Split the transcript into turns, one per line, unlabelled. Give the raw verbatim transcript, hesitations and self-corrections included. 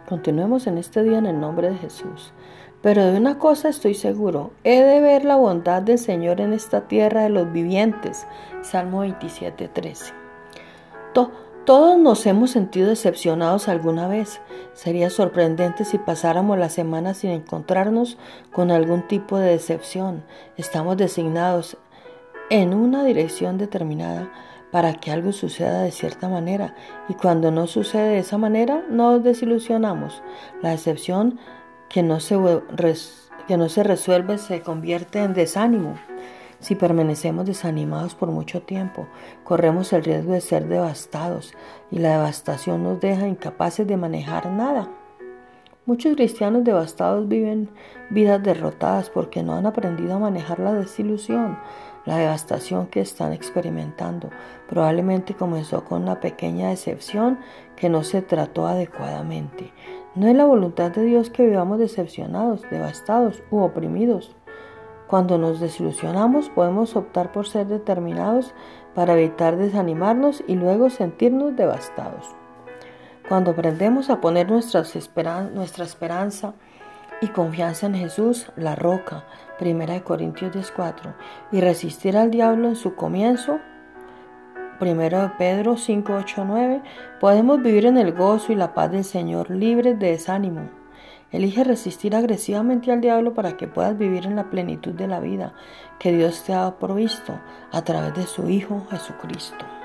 Continuemos en este día en el nombre de Jesús. Pero de una cosa estoy seguro, he de ver la bondad del Señor en esta tierra de los vivientes. Salmo veintisiete, trece. To- todos nos hemos sentido decepcionados alguna vez. Sería sorprendente si pasáramos la semana sin encontrarnos con algún tipo de decepción. Estamos designados en una dirección determinada para que algo suceda de cierta manera, y cuando no sucede de esa manera, nos desilusionamos. La decepción que no se, que no se resuelve se convierte en desánimo. Si permanecemos desanimados por mucho tiempo, corremos el riesgo de ser devastados, y la devastación nos deja incapaces de manejar nada. Muchos cristianos devastados viven vidas derrotadas porque no han aprendido a manejar la desilusión. La devastación que están experimentando probablemente comenzó con una pequeña decepción que no se trató adecuadamente. No es la voluntad de Dios que vivamos decepcionados, devastados u oprimidos. Cuando nos desilusionamos, podemos optar por ser determinados para evitar desanimarnos y luego sentirnos devastados. Cuando aprendemos a poner nuestra esperanza, nuestra esperanza y confianza en Jesús, la roca, primera de Corintios diez, cuatro, y resistir al diablo en su comienzo, primera de Pedro cinco, ocho, nueve, podemos vivir en el gozo y la paz del Señor, libres de desánimo. Elige resistir agresivamente al diablo para que puedas vivir en la plenitud de la vida que Dios te ha provisto a través de su Hijo Jesucristo.